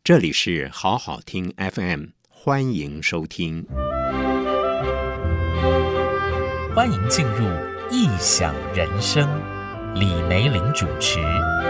这里是好好听 FM， 欢迎收听。 欢迎进入异想人生，李梅玲主持。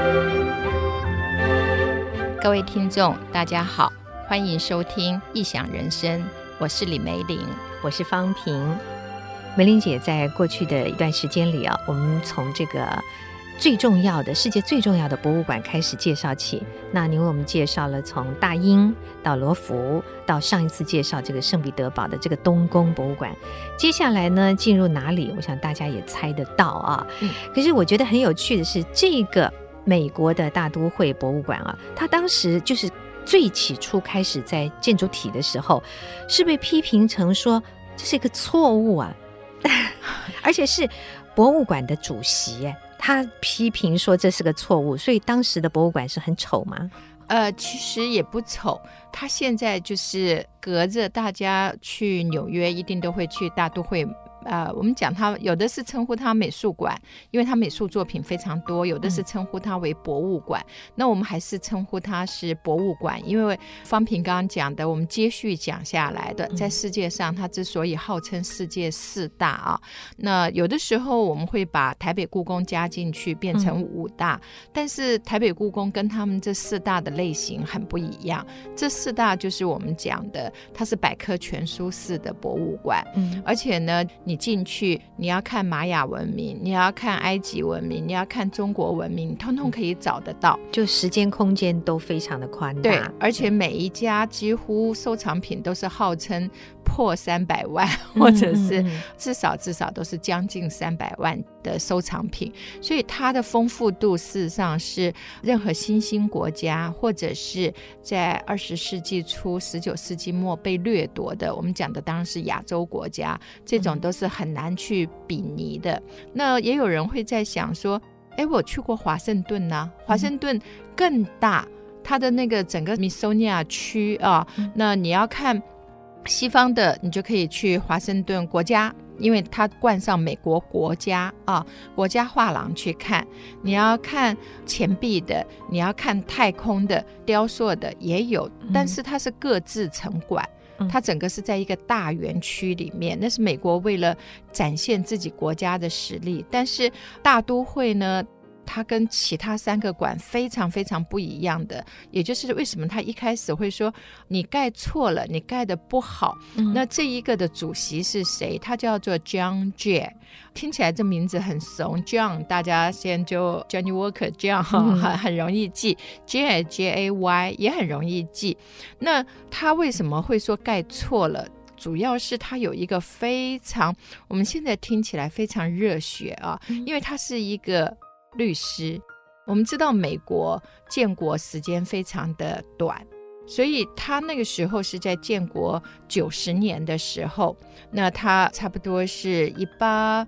各位听众大家好，欢迎收听异想人生，我是李梅玲， 我是方平。梅玲姐在过去的一段时间里我们从这个最重要的世界最重要的博物馆开始介绍起。那您为我们介绍了从大英到罗浮，到上一次介绍这个圣彼得堡的这个东宫博物馆，接下来呢进入哪里，我想大家也猜得到可是我觉得很有趣的是，这个美国的大都会博物馆它当时就是最起初开始在建筑体的时候是被批评成说这是一个错误而且是博物馆的主席他批评说这是个错误，所以当时的博物馆是很丑吗？ 其实也不丑，他现在就是隔着大家去纽约一定都会去大都会。我们讲它有的是称呼它美术馆，因为它美术作品非常多，有的是称呼它为博物馆，那我们还是称呼它是博物馆，因为方平刚刚讲的我们接续讲下来的，在世界上它之所以号称世界4大那有的时候我们会把台北故宫加进去变成5大，但是台北故宫跟他们这4大的类型很不一样，这4大就是我们讲的它是百科全书式的博物馆，而且呢你进去你要看玛雅文明，你要看埃及文明，你要看中国文明，通通可以找得到， 就时间空间都非常的宽大。 对，而且每一家几乎收藏品都是号称破300万，或者是至少都是将近300万的收藏品，所以它的丰富度事实上是任何新兴国家或者是在20世纪初19世纪末被掠夺的，我们讲的当然是亚洲国家，这种都是很难去比拟的。那也有人会在想说我去过华盛顿华盛顿更大，它的那个整个密苏尼亚区那你要看西方的你就可以去华盛顿国家，因为它冠上美国国家国家画廊去看，你要看钱币的，你要看太空的雕塑的也有，但是它是各自城馆，它整个是在一个大园区里面，那是美国为了展现自己国家的实力。但是大都会呢，它跟其他3个馆非常非常不一样的，也就是为什么他一开始会说你盖错了，你盖的不好那这一个的主席是谁？他叫做 John Jay， 听起来这名字很怂， John 大家先就 Johnny Walker John 很容易记， Jay J-A-Y 也很容易记。那他为什么会说盖错了？主要是他有一个非常我们现在听起来非常热血因为他是一个律师。我们知道美国建国时间非常的短，所以他那个时候是在建国90年的时候，那他差不多是他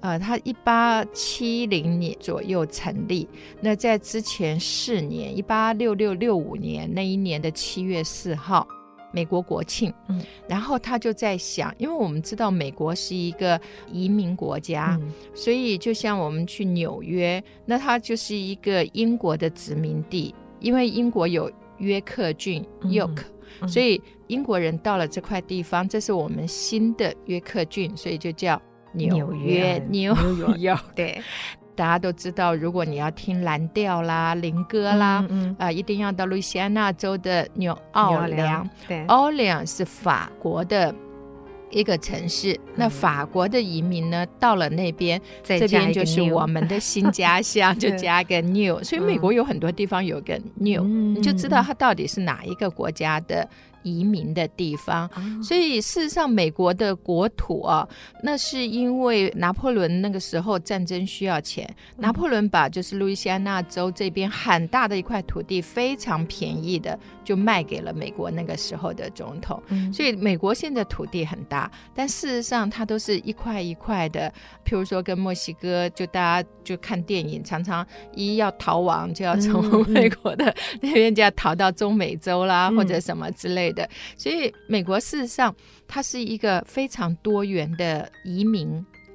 1870年左右成立，那在之前4年1866-65年那一年的7月4号美国国庆然后他就在想，因为我们知道美国是一个移民国家所以就像我们去纽约，那它就是一个英国的殖民地，因为英国有约克郡 York所以英国人到了这块地方，这是我们新的约克郡，所以就叫纽约 New York 对，大家都知道，如果你要听蓝调啦、灵歌啦一定要到路易斯安那州的纽奥良。奥良是法国的一个城市，那法国的移民呢到了那边，这边就是我们的新家乡就加个 new 所以美国有很多地方有个 new 你就知道它到底是哪一个国家的移民的地方所以事实上美国的国土那是因为拿破仑那个时候战争需要钱，拿破仑把就是路易斯安那州这边很大的一块土地非常便宜的就卖给了美国那个时候的总统所以美国现在土地很大，但事实上它都是一块一块的，譬如说跟墨西哥，就大家就看电影常常要逃亡就要从美国的那边就要逃到中美洲啦或者什么之类的，所以美国事实上它是一个非常多元的移民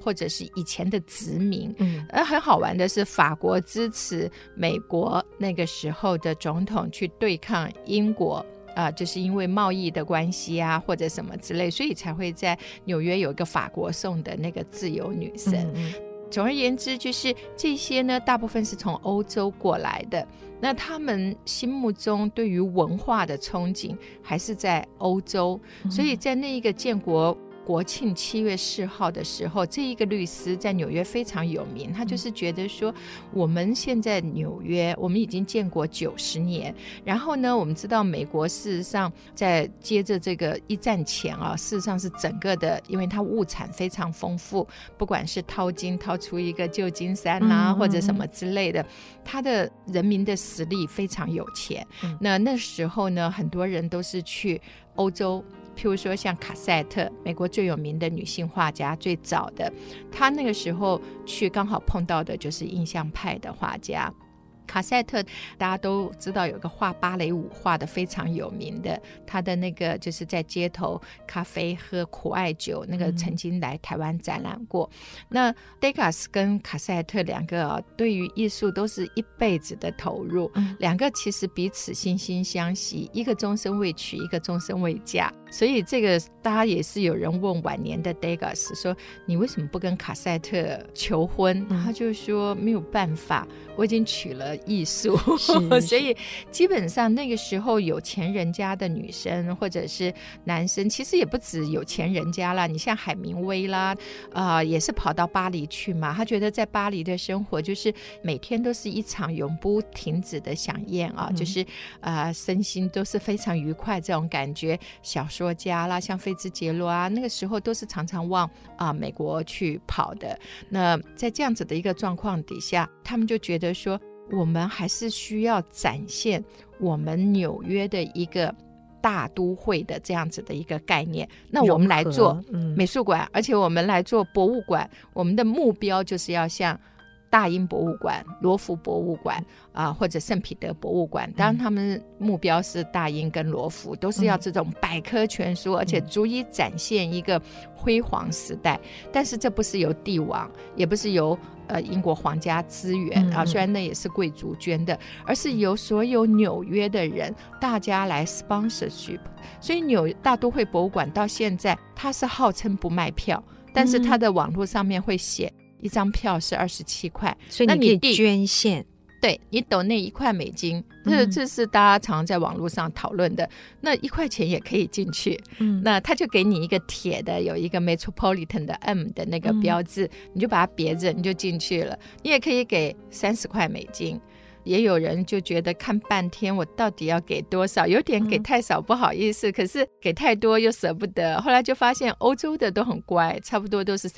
或者是以前的殖民。很好玩的是，法国支持美国那个时候的总统去对抗英国，就是因为贸易的关系啊，或者什么之类，所以才会在纽约有一个法国颂的那个自由女神。总而言之，就是这些呢，大部分是从欧洲过来的。那他们心目中对于文化的憧憬还是在欧洲，所以在那一个建国国庆7月4号的时候，这一个律师在纽约非常有名，他就是觉得说，我们现在纽约我们已经建国90年，然后呢我们知道美国事实上在接着这个一战前事实上是整个的，因为它物产非常丰富，不管是淘金淘出一个旧金山或者什么之类的，它的人民的实力非常有钱。那时候呢，很多人都是去欧洲，譬如说像卡塞特，美国最有名的女性画家，最早的，她那个时候去刚好碰到的就是印象派的画家。卡塞特大家都知道有个画芭蕾舞画的非常有名的，他的那个就是在街头咖啡喝苦艾酒，那个曾经来台湾展览过。那 Degas 跟卡塞特两个对于艺术都是一辈子的投入，两个其实彼此惺惺相惜，一个终身未娶，一个终身未嫁。所以这个大家也是有人问晚年的 Degas 说，你为什么不跟卡塞特求婚？他就说没有办法，我已经娶了艺术。所以基本上那个时候有钱人家的女生或者是男生，其实也不止有钱人家啦，你像海明威啦，也是跑到巴黎去嘛，他觉得在巴黎的生活就是每天都是一场永不停止的飨宴就是身心都是非常愉快这种感觉。小说家啦，像菲兹杰罗那个时候都是常常往美国去跑的。那在这样子的一个状况底下，他们就觉得说，我们还是需要展现我们纽约的一个大都会的这样子的一个概念。那我们来做美术馆，而且我们来做博物馆，我们的目标就是要像大英博物馆、罗浮博物馆或者圣彼得博物馆，当然他们目标是大英跟罗浮，都是要这种百科全书，而且足以展现一个辉煌时代。但是这不是由帝王，也不是由英国皇家资源虽然那也是贵族捐的，而是由所有纽约的人大家来 sponsorship。 所以大都会博物馆到现在它是号称不卖票，但是它的网络上面会写一张票是27块， 所以你可以捐献。 对，你抖那1块美金，这是大家常在网络上讨论的。那1块钱也可以进去，那他就给你一个铁的，有一个 Metropolitan 的 M 的那个标志，你就把它别着，你就进去了。你也可以给30块美金。也有人就觉得看半天我到底要给多少，有点给太少不好意思，可是给太多又舍不得。后来就发现欧洲的都很乖，差不多都是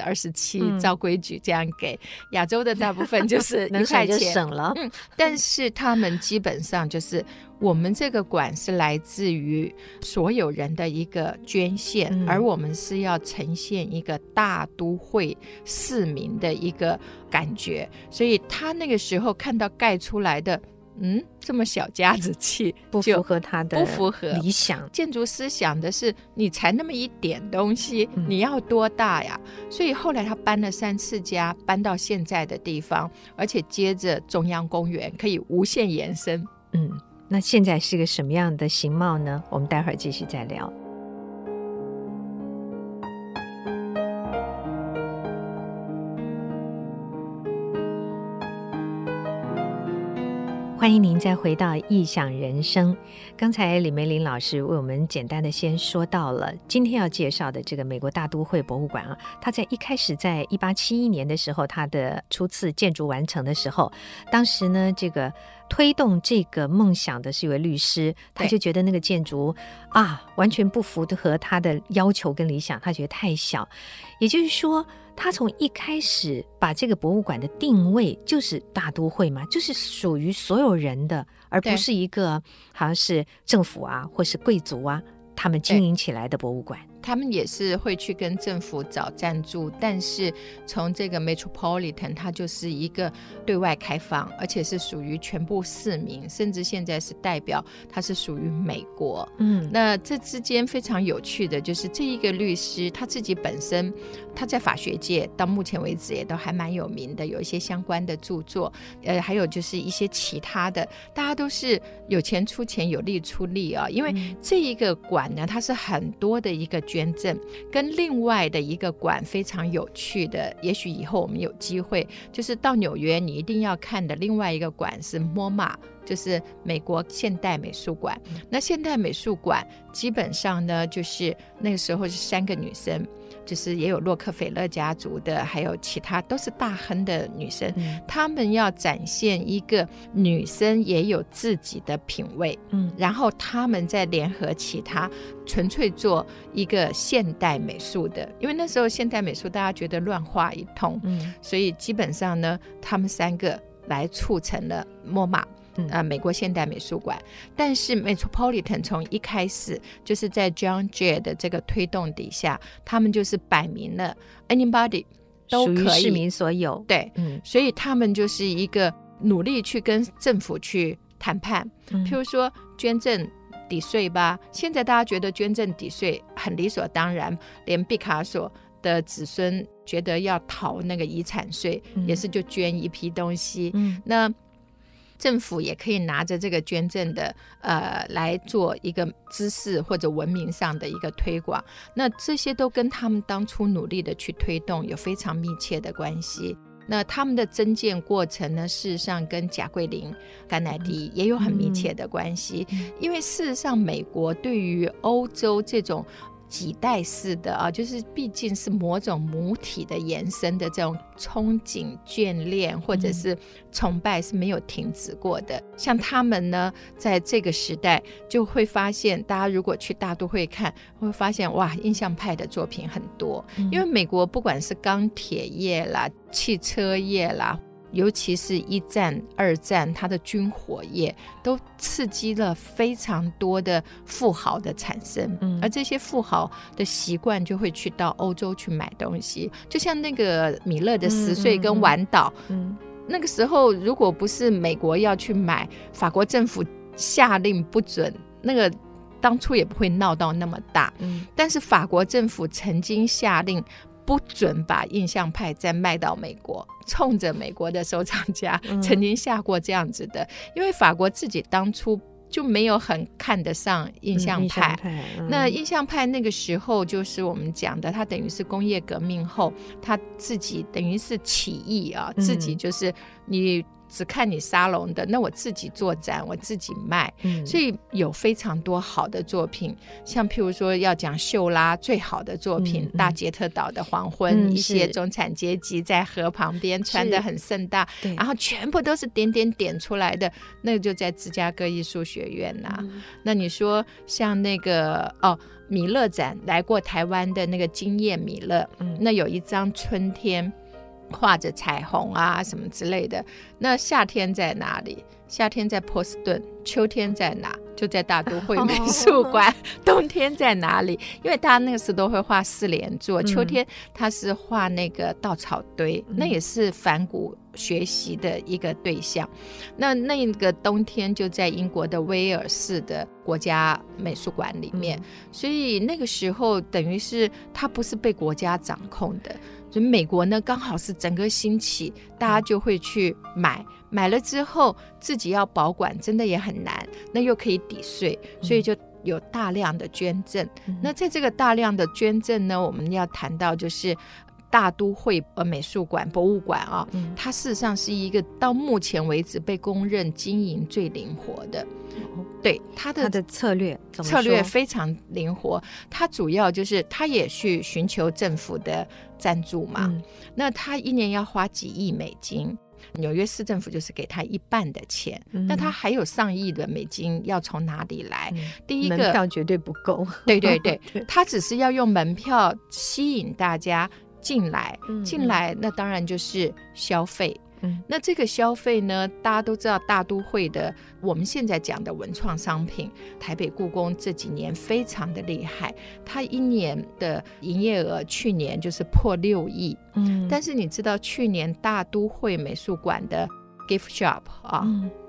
30、27照规矩这样给。亚洲的大部分就是1块钱能省就省了。 但是他们基本上就是我们这个馆是来自于所有人的一个捐献，而我们是要呈现一个大都会市民的一个感觉。所以他那个时候看到盖出来的这么小家子气， 不符合他的理想。 建筑师想的是你才那么一点东西，你要多大呀？所以后来他搬了3次家，搬到现在的地方，而且接着中央公园可以无限延伸。 那现在是个什么样的形貌呢？我们待会儿继续再聊。欢迎您再回到异想人生。刚才李梅林老师为我们简单的先说到了今天要介绍的这个美国大都会博物馆它在一开始在1871年的时候，它的初次建筑完成的时候，当时呢这个推动这个梦想的是一位律师，他就觉得那个建筑完全不符合他的要求跟理想，他觉得太小。也就是说他从一开始把这个博物馆的定位就是大都会嘛，就是属于所有人的，而不是一个好像是政府或是贵族他们经营起来的博物馆。 他们也是会去跟政府找赞助，但是从这个 Metropolitan 它就是一个对外开放，而且是属于全部市民，甚至现在是代表它是属于美国。那这之间非常有趣的就是这一个律师他自己本身他在法学界到目前为止也都还蛮有名的，有一些相关的著作，还有就是一些其他的，大家都是有钱出钱有力出力啊。因为这一个馆呢它是很多的一个捐赠，跟另外的一个馆非常有趣的，也许以后我们有机会就是到纽约你一定要看的另外一个馆是 MoMA， 就是美国现代美术馆。那现代美术馆基本上呢就是那个时候是3个女生，就是也有洛克菲勒家族的，还有其他都是大亨的女生，她们要展现一个女生也有自己的品味，然后她们再联合其他纯粹做一个现代美术的，因为那时候现代美术大家觉得乱画一通，所以基本上呢她们3个来促成了 MoMA，美国现代美术馆。但是 Metropolitan 从一开始就是在 John Jay 的这个推动底下，他们就是摆明了 anybody 都可以，属于市民所有。 对，所以他们就是一个努力去跟政府去谈判，譬如说捐赠抵税吧，现在大家觉得捐赠抵税很理所当然，连毕卡索的子孙觉得要逃那个遗产税，也是就捐一批东西，那政府也可以拿着这个捐赠的来做一个知识或者文明上的一个推广，那这些都跟他们当初努力的去推动有非常密切的关系。那他们的增建过程呢，事实上跟贾桂林、甘乃迪也有很密切的关系，因为事实上美国对于欧洲这种几代式的啊，就是毕竟是某种母体的延伸的这种憧憬、眷恋或者是崇拜是没有停止过的。像他们呢，在这个时代就会发现，大家如果去大都会看，会发现哇，印象派的作品很多，因为美国不管是钢铁业啦、汽车业啦，尤其是1战、2战，它的军火业都刺激了非常多的富豪的产生，而这些富豪的习惯就会去到欧洲去买东西，就像那个米勒的10岁跟玩岛，那个时候如果不是美国要去买，法国政府下令不准，那个当初也不会闹到那么大，但是法国政府曾经下令不准把印象派再卖到美国，冲着美国的收藏家曾经下过这样子的，因为法国自己当初就没有很看得上印象派，那印象派那个时候就是我们讲的，他等于是工业革命后他自己等于是起义啊，自己就是你只看你沙龙的，那我自己做展，我自己卖，所以有非常多好的作品，像譬如说要讲秀拉最好的作品，大杰特岛的黄昏，一些中产阶级在河旁边穿得很盛大，然后全部都是点点点出来的，那个就在芝加哥艺术学院啊。那你说像那个米勒展来过台湾的那个金叶米勒，那有一张春天画着彩虹啊什么之类的，那夏天在哪里？夏天在波士顿，秋天在哪？就在大都会美术馆，冬天在哪里？因为大家那个时候都会画4连座，秋天他是画那个稻草堆，那也是梵谷学习的一个对象。那个冬天就在英国的威尔士的国家美术馆里面，所以那个时候等于是它不是被国家掌控的，所以美国呢刚好是整个兴起，大家就会去买了之后自己要保管真的也很难，那又可以抵税，所以就有大量的捐赠。那在这个大量的捐赠呢，我们要谈到就是大都会美术馆博物馆啊，它事实上是一个到目前为止被公认经营最灵活的。对，它的策略非常灵活，它主要就是它也去寻求政府的赞助嘛，那它一年要花几亿美金，纽约市政府就是给他1半的钱，那他还有上亿的美金要从哪里来？第一个门票绝对不够， 对对对，他只是要用门票吸引大家进来，那当然就是消费， 那这个消费呢，大家都知道大都会的我们现在讲的文创商品，台北故宫这几年非常的厉害，它一年的营业额去年就是破6亿。但是你知道去年大都会美术馆的 gift shop 啊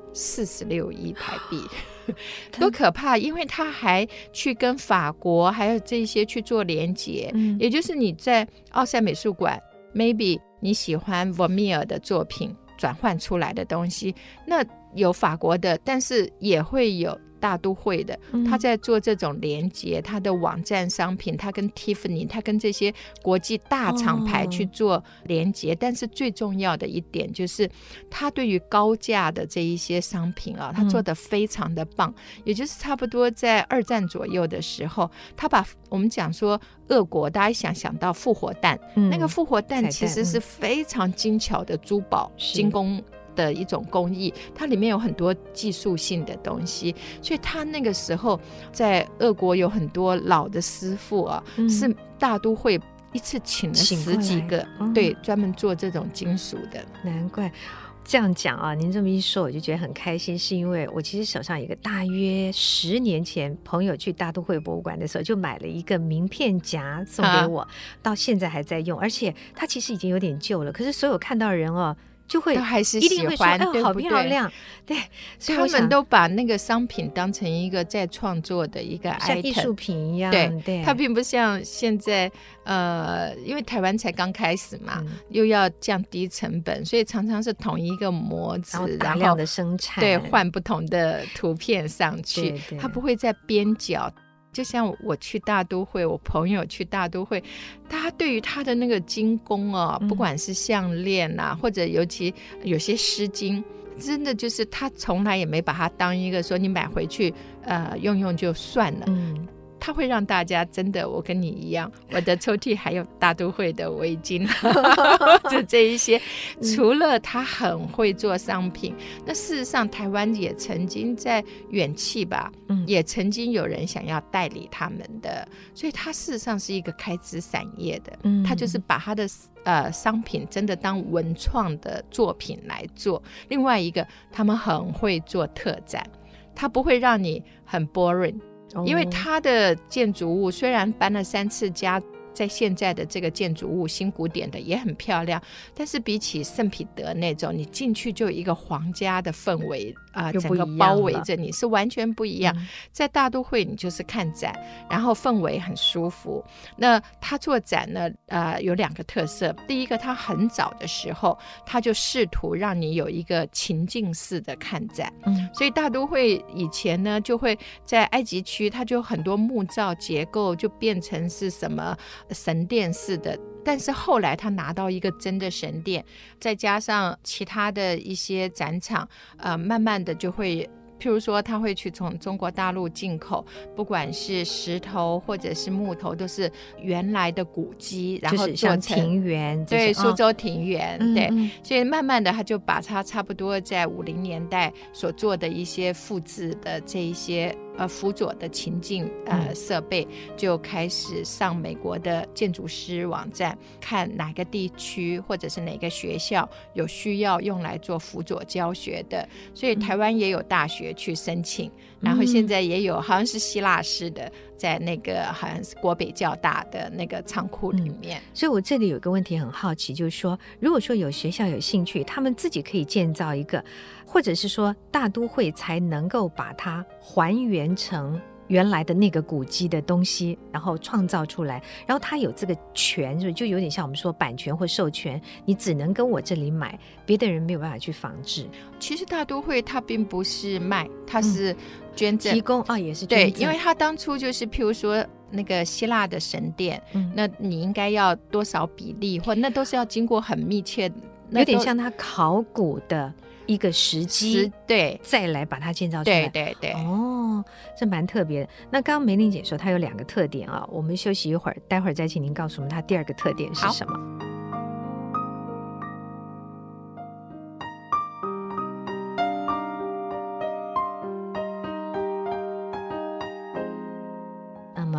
，46亿台币。多可怕，因为他还去跟法国还有这些去做连结，也就是你在奥赛美术馆 maybe 你喜欢 Vermeer 的作品转换出来的东西，那有法国的，但是也会有大都会的，他在做这种连结，他的网站商品，他跟 Tiffany 他跟这些国际大厂牌去做连结，但是最重要的一点就是他对于高价的这一些商品啊，他做得非常的棒，也就是差不多在2战左右的时候，他把我们讲说俄国大家想到复活弹，那个复活弹其实是非常精巧的珠宝精工的一种工艺，它里面有很多技术性的东西，所以他那个时候在俄国有很多老的师傅啊，是大都会一次请了10几个，对，专门做这种金属的。 难怪这样讲啊，您这么一说我就觉得很开心，是因为我其实手上有一个大约10年前朋友去大都会博物馆的时候就买了一个名片夹送给我，到现在还在用，而且它其实已经有点旧了，可是所有看到的人哦就会还是一定会说对好漂亮，对，所以他们都把那个商品当成一个在创作的一个 item， 像艺术品一样， 对，它并不像现在因为台湾才刚开始嘛，又要降低成本，所以常常是同一个模子， 然后大量的生产， 对，换不同的图片上去，对，它不会再边角。就像我去大都会，我朋友去大都会，他对于他的那个精工啊，不管是项链啊，或者尤其有些丝巾，真的就是他从来也没把它当一个说你买回去用用就算了，它会让大家真的，我跟你一样，我的抽屉还有大都会的围巾就这一些。除了他很会做商品，那事实上台湾也曾经在远期吧，也曾经有人想要代理他们的，所以他事实上是一个开枝散叶的，他就是把他的商品真的当文创的作品来做。另外一个，他们很会做特展，他不会让你很 boring，因为它的建筑物虽然搬了3次家，在现在的这个建筑物新古典的也很漂亮，但是比起圣彼得那种你进去就有一个皇家的氛围整个包围着你，是完全不一样。在大都会你就是看展，然后氛围很舒服。那他做展呢有2个特色，第一个他很早的时候他就试图让你有一个情境式的看展，所以大都会以前呢就会在埃及区，它就很多木造结构就变成是什么神殿式的，但是后来他拿到一个真的神殿，再加上其他的一些展场慢慢的就会，譬如说他会去从中国大陆进口，不管是石头或者是木头，都是原来的古迹，然后做成庭园， 对，苏州庭园，对，所以慢慢的他就把他差不多在50年代所做的一些复制的这一些辅佐的情境设备，就开始上美国的建筑师网站，看哪个地区或者是哪个学校有需要用来做辅佐教学的，所以台湾也有大学去申请，然后现在也有好像是希腊式的，在那个好像是国北教大的那个仓库里面。 所以我这里有一个问题很好奇，就是说如果说有学校有兴趣，他们自己可以建造一个，或者是说大都会才能够把它还原成原来的那个古迹的东西，然后创造出来，然后它有这个权，就有点像我们说版权或授权，你只能跟我这里买，别的人没有办法去仿制。 其实大都会它并不是卖，它是捐赠提供也是捐赠， 对，因为它当初就是譬如说那个希腊的神殿，那你应该要多少比例，或那都是要经过很密切， 有点像它考古的一个时机， 对， 再来把它建造出来， 对， 这蛮特别的。那刚刚梅玲姐说它有2个特点啊，我们休息一会儿，待会儿再请您告诉我们它第2个特点是什么。那么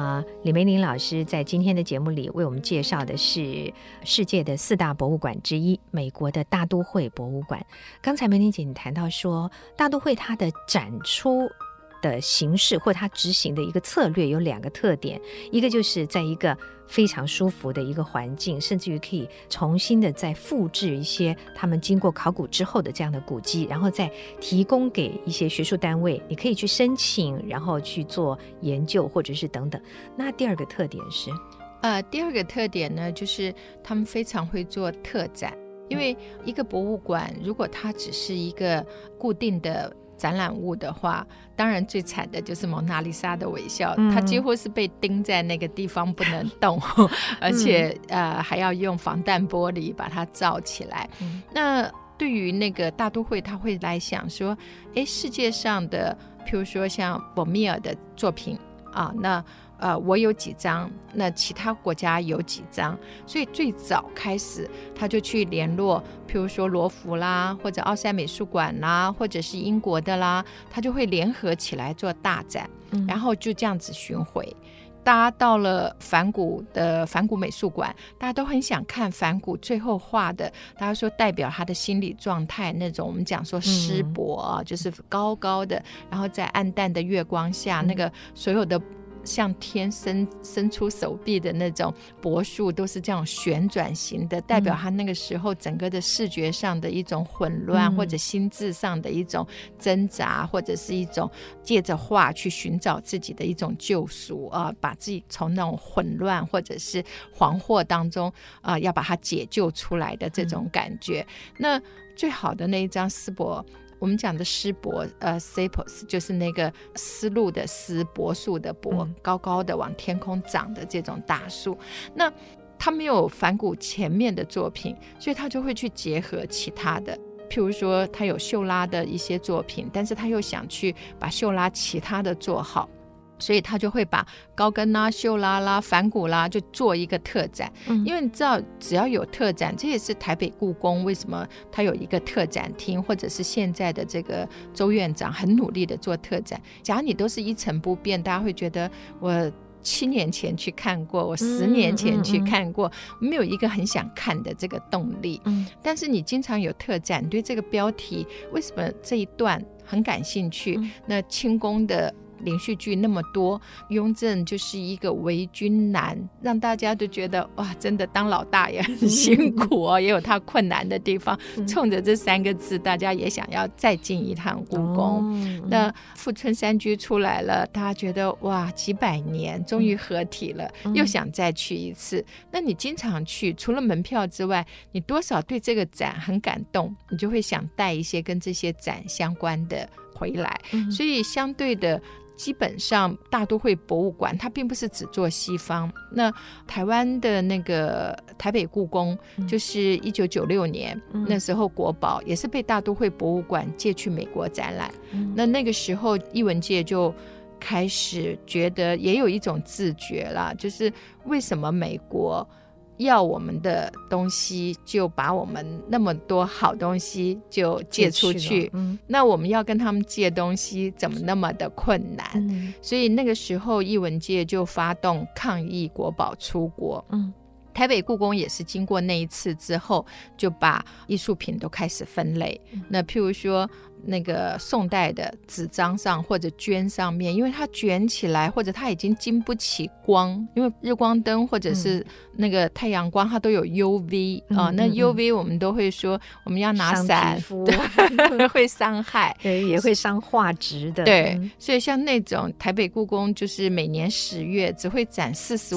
么李梅林老师在今天的节目里为我们介绍的是世界的4大博物馆之一，美国的大都会博物馆。刚才梅林姐你谈到说，大都会它的展出的形式或它执行的一个策略有2个特点，一个就是在一个非常舒服的一个环境，甚至于可以重新的再复制一些他们经过考古之后的这样的古迹，然后再提供给一些学术单位，你可以去申请，然后去做研究或者是等等。那第2个特点是第2个特点呢，就是他们非常会做特展。因为一个博物馆如果它只是一个固定的展览物的话，当然最惨的就是蒙娜丽莎的微笑，它几乎是被钉在那个地方不能动而且还要用防弹玻璃把它罩起来。那对于那个大都会，他会来想说，世界上的譬如说像博米尔的作品啊，那我有几张，那其他国家有几张，所以最早开始他就去联络，譬如说罗浮啦，或者奥赛美术馆啦，或者是英国的啦，他就会联合起来做大展，然后就这样子巡回。大家到了梵谷的梵谷美术馆，大家都很想看梵谷最后画的，大家说代表他的心理状态那种，我们讲说湿帛就是高高的，然后在暗淡的月光下，那个所有的像天伸出手臂的那种柏树都是这样旋转型的，代表他那个时候整个的视觉上的一种混乱，或者心智上的一种挣扎，或者是一种借着画去寻找自己的一种救赎把自己从那种混乱或者是惶惑当中要把它解救出来的这种感觉。那最好的那一张丝帛，我们讲的丝帛sapos 就是那个丝路的丝，柏树的柏，高高的往天空长的这种大树。那他没有梵谷前面的作品，所以他就会去结合其他的，譬如说他有秀拉的一些作品，但是他又想去把秀拉其他的做好，所以他就会把高更啦、秀拉啦、梵谷啦就做一个特展。因为你知道只要有特展，这也是台北故宫为什么他有一个特展厅，或者是现在的这个周院长很努力的做特展。假如你都是一成不变，大家会觉得我7年前去看过，我10年前去看过，没有一个很想看的这个动力。但是你经常有特展，对这个标题为什么这一段很感兴趣，那清宫的连续剧那么多，雍正就是一个为君难，让大家都觉得哇，真的当老大也很辛苦也有他困难的地方。冲着这3个字，大家也想要再进一趟故宫。那富春山居出来了，大家觉得哇，几百年终于合体了，又想再去一次。那你经常去，除了门票之外，你多少对这个展很感动，你就会想带一些跟这些展相关的回来。所以相对的，基本上大都会博物馆它并不是只做西方。那台湾的那个台北故宫，就是1996年那时候国宝也是被大都会博物馆借去美国展览。那个时候艺文界就开始觉得也有一种自觉啦，就是为什么美国要我们的东西就把我们那么多好东西就借出去，那我们要跟他们借东西怎么那么的困难。所以那个时候艺文界就发动抗议国宝出国。台北故宫也是经过那一次之后，就把艺术品都开始分类。那譬如说那个宋代的纸张上或者绢上面，因为它卷起来或者它已经经不起光，因为日光灯或者是那个太阳光它都有 UV 那 UV 我们都会说我们要拿伞，对，会伤害， 对，也会伤画质的。 对，所以像那种台北故宫就是每年10月只会展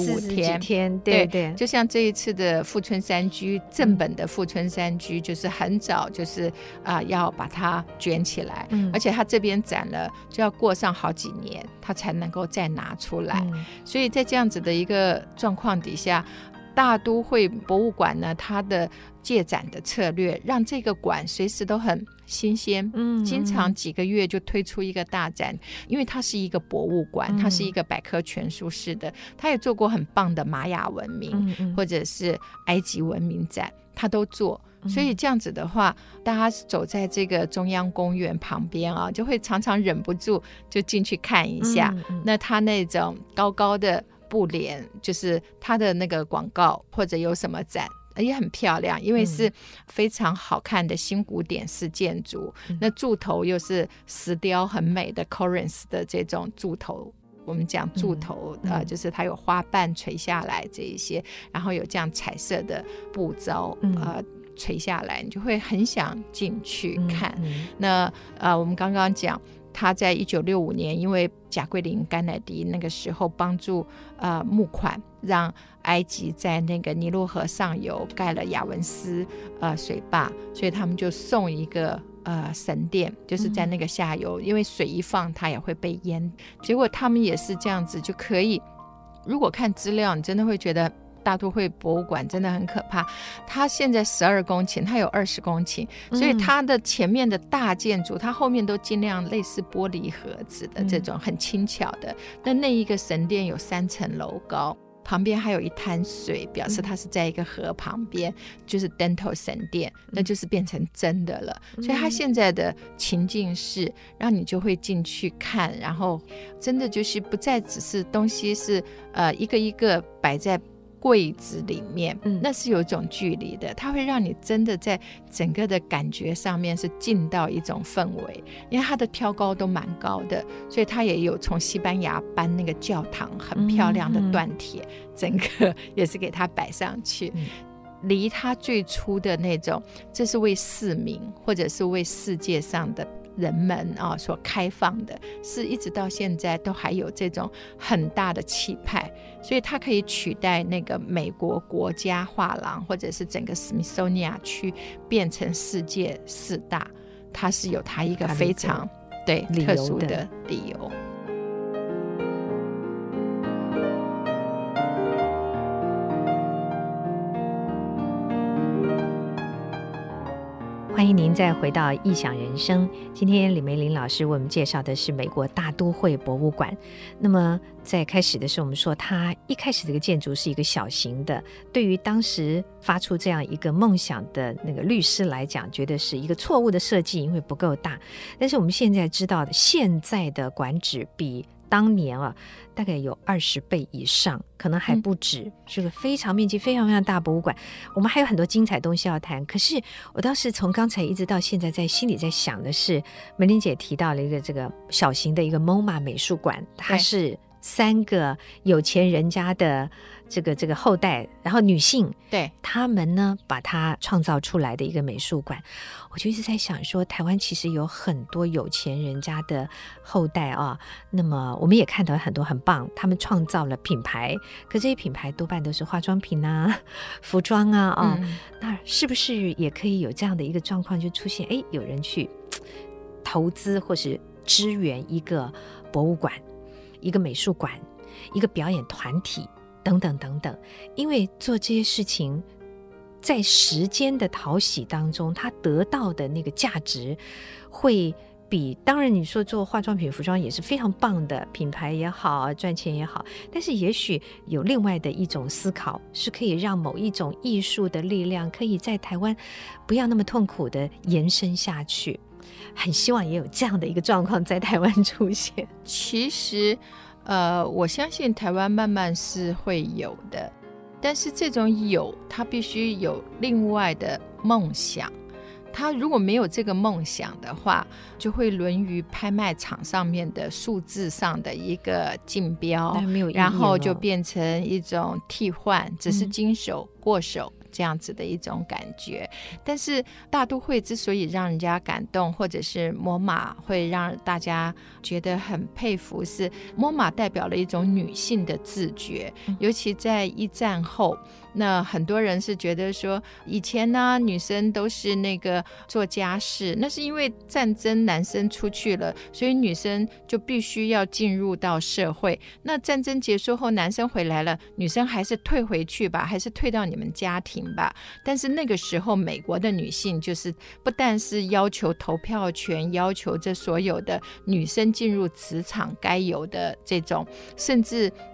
45天， 对， 就像这一次的富春山居，正本的富春山居就是很早就是要把它卷起来，而且它这边展了就要过上好几年它才能够再拿出来。所以在这样子的一个状况底下，大都会博物馆呢，它的借展的策略让这个馆随时都很新鲜，经常几个月就推出一个大展。因为它是一个博物馆，它是一个百科全书式的，它也做过很棒的玛雅文明或者是埃及文明展，它都做。所以这样子的话，大家走在这个中央公园旁边就会常常忍不住就进去看一下。那它那种高高的布帘，就是它的那个广告或者有什么展也很漂亮，因为是非常好看的新古典式建筑，那柱头又是石雕很美的 Corinthians 的这种柱头，我们讲柱头就是它有花瓣垂下来这一些，然后有这样彩色的布招垂下来，你就会很想进去看。那我们刚刚讲他在1965年因为贾桂林甘乃迪那个时候帮助募款，让埃及在那个尼罗河上游盖了雅文斯水坝，所以他们就送一个神殿，就是在那个下游，因为水一放它也会被淹，结果他们也是这样子就可以。如果看资料你真的会觉得大都会博物馆真的很可怕，它现在12公顷，它有20公顷，所以它的前面的大建筑它后面都尽量类似玻璃盒子的这种很轻巧的。那一个神殿有3层楼高，旁边还有一滩水，表示它是在一个河旁边，就是 Dental 神殿，那就是变成真的了。所以它现在的情境是让你就会进去看，然后真的就是不再只是东西是一个一个摆在柜子里面，那是有一种距离的，它会让你真的在整个的感觉上面是进到一种氛围，因为它的挑高都蛮高的，所以它也有从西班牙搬那个教堂很漂亮的锻铁，整个也是给它摆上去，离它最初的那种这是为市民或者是为世界上的人们所开放的，是一直到现在都还有这种很大的气派，所以它可以取代那个美国国家画廊或者是整个 Smithsonian 区变成世界4大，它是有它一个非常特殊的理由。 欢迎您再回到异想人生。今天李梅林老师为我们介绍的是美国大都会博物馆。那么在开始的时候我们说它一开始这个建筑是一个小型的，对于当时发出这样一个梦想的那个律师来讲，觉得是一个错误的设计，因为不够大。但是我们现在知道的，现在的馆址比当年大概有20倍以上，可能还不止，是个非常面积非常非常大博物馆。我们还有很多精彩东西要谈，可是我倒是从刚才一直到现在在心里在想的是，梅玲姐提到了一个这个小型的一个 MoMA 美术馆，它是3个有钱人家的这个后代，然后女性，对，他们呢把它创造出来的一个美术馆。我就一直在想说，台湾其实有很多有钱人家的后代那么我们也看到很多很棒，他们创造了品牌，可这些品牌多半都是化妆品服装那是不是也可以有这样的一个状况就出现，有人去投资或是支援一个博物馆，一个美术馆，一个表演团体等等等等。因为做这些事情在时间的讨喜当中，他得到的那个价值会比，当然你说做化妆品服装也是非常棒的，品牌也好，赚钱也好，但是也许有另外的一种思考，是可以让某一种艺术的力量可以在台湾不要那么痛苦的延伸下去。很希望也有这样的一个状况在台湾出现。 其实我相信台湾慢慢是会有的，但是这种有它必须有另外的梦想，他如果没有这个梦想的话，就会沦于拍卖场上面的数字上的一个竞标，然后就变成一种替换，只是经手过手这样子的一种感觉。但是大都会之所以让人家感动，或者是MoMA会让大家觉得很佩服，是MoMA代表了一种女性的自觉，尤其在一战后，那很多人是觉得说以前呢女生都是那个做家事，那是因为战争男生出去了，所以女生就必须要进入到社会，那战争结束后男生回来了，女生还是退回去吧，还是退到你们家庭吧。但是那个时候美国的女性就是不但是要求投票权，要求这所有的女生进入职场该有的这种，甚至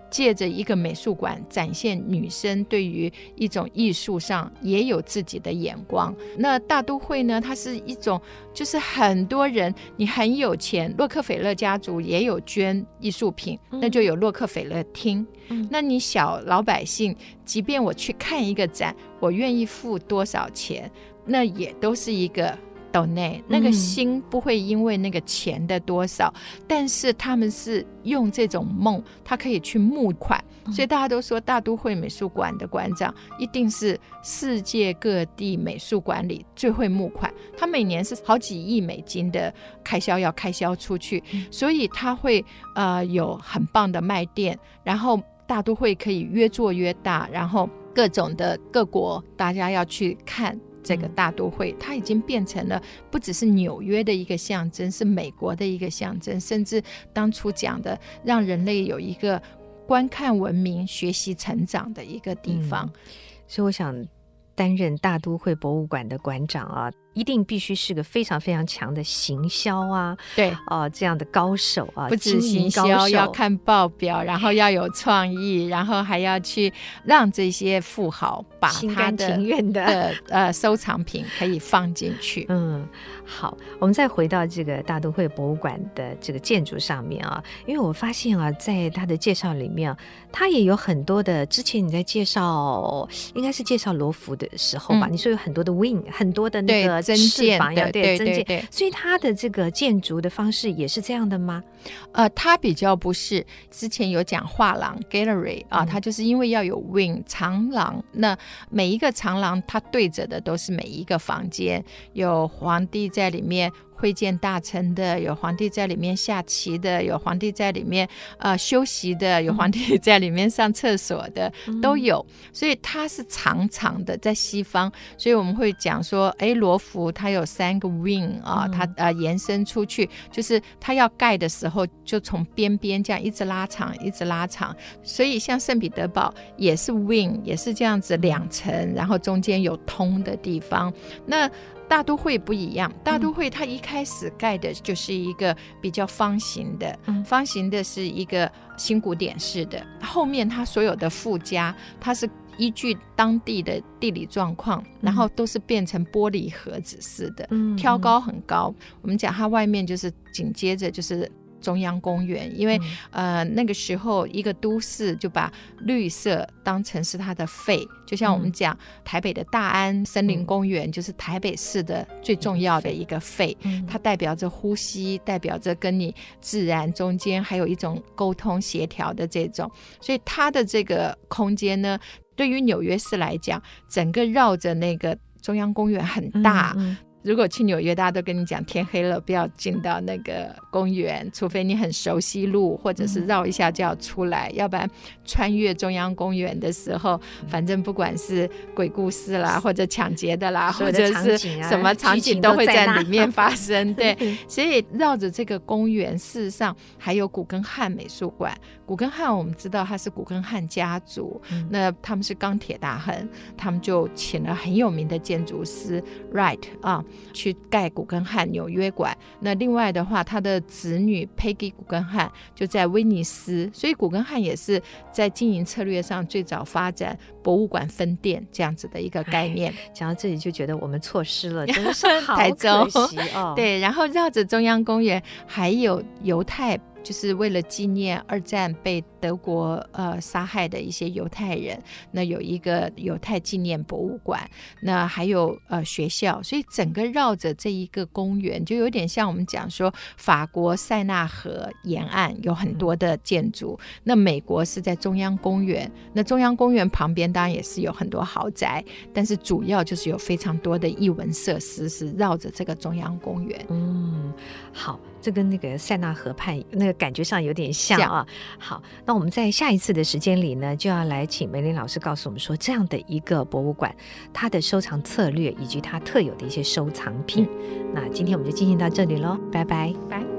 借着一个美术馆展现女生对于一种艺术上也有自己的眼光。那大都会呢，它是一种就是很多人，你很有钱，洛克菲勒家族也有捐艺术品，那就有洛克菲勒厅。那你小老百姓，即便我去看一个展，我愿意付多少钱，那也都是一个donate， 那个心不会因为那个钱的多少，但是他们是用这种梦，他可以去募款，所以大家都说大都会美术馆的馆长一定是世界各地美术馆里最会募款，他每年是好几亿美金的开销要开销出去，所以他会有很棒的卖店，然后大都会可以越做越大，然后各种的各国大家要去看这个大都会，它已经变成了不只是纽约的一个象征，是美国的一个象征，甚至当初讲的让人类有一个观看文明学习成长的一个地方。 所以我想担任大都会博物馆的馆长啊，一定必须是个非常非常强的行销啊， 对这样的高手啊， 不止行销，要看报表，然后要有创意，然后还要去让这些富豪把他的情愿的收藏品可以放进去。 好，我们再回到这个大都会博物馆的这个建筑上面啊，因为我发现啊，在他的介绍里面他也有很多的，之前你在介绍应该是介绍罗浮的时候吧，你说有很多的 wing， 很多的那个增建的， 对增建，所以他的这个建筑的方式也是这样的吗？ 他比较不是，之前有讲画廊 gallery 啊，它就是因为要有 wing 长廊，那每一个长廊它对着的都是每一个房间，有皇帝在里面会见大臣的，有皇帝在里面下棋的，有皇帝在里面休息的，有皇帝在里面上厕所的，都有，所以它是长长的，在西方，所以我们会讲说罗浮它有3个 wing 啊，它延伸出去，就是它要盖的时候就从边边这样一直拉长一直拉长，所以像圣彼得堡也是 wing， 也是这样子2层，然后中间有通的地方。那大都会不一样，大都会它一开始盖的就是一个比较方形的，方形的是一个新古典式的，后面它所有的附加它是依据当地的地理状况，然后都是变成玻璃盒子式的，挑高很高。我们讲它外面就是紧接着就是中央公园，因为那个时候一个都市就把绿色当成是它的肺，就像我们讲台北的大安森林公园就是台北市的最重要的一个肺，它代表着呼吸，代表着跟你自然中间还有一种沟通协调的这种，所以它的这个空间呢，对于纽约市来讲，整个绕着那个中央公园很大，如果去纽约大家都跟你讲天黑了不要进到那个公园，除非你很熟悉路，或者是绕一下就要出来，要不然穿越中央公园的时候，反正不管是鬼故事啦或者抢劫的啦，或者是什么场景都会在里面发生。对，所以绕着这个公园事实上还有古根汉美术馆。古根汉我们知道他是古根汉家族，那他们是钢铁大亨，他们就请了很有名的建筑师 Wright 去盖古根汉纽约馆。那另外的话，他的子女 Peggy 古根汉就在威尼斯，所以古根汉也是在经营策略上最早发展博物馆分店这样子的一个概念。 讲到这里就觉得我们错失了，真的是好可惜对，然后绕着中央公园还有犹太，就是为了纪念2战被德国杀害的一些犹太人，那有一个犹太纪念博物馆，那还有学校，所以整个绕着这一个公园就有点像我们讲说法国塞纳河沿岸有很多的建筑，那美国是在中央公园，那中央公园旁边当然也是有很多豪宅，但是主要就是有非常多的艺文设施是绕着这个中央公园。 好，这跟那个塞纳河畔那个感觉上有点像啊。好，那我们在下一次的时间里呢，就要来请梅林老师告诉我们说，这样的一个博物馆它的收藏策略以及它特有的一些收藏品。那今天我们就进行到这里咯，拜拜。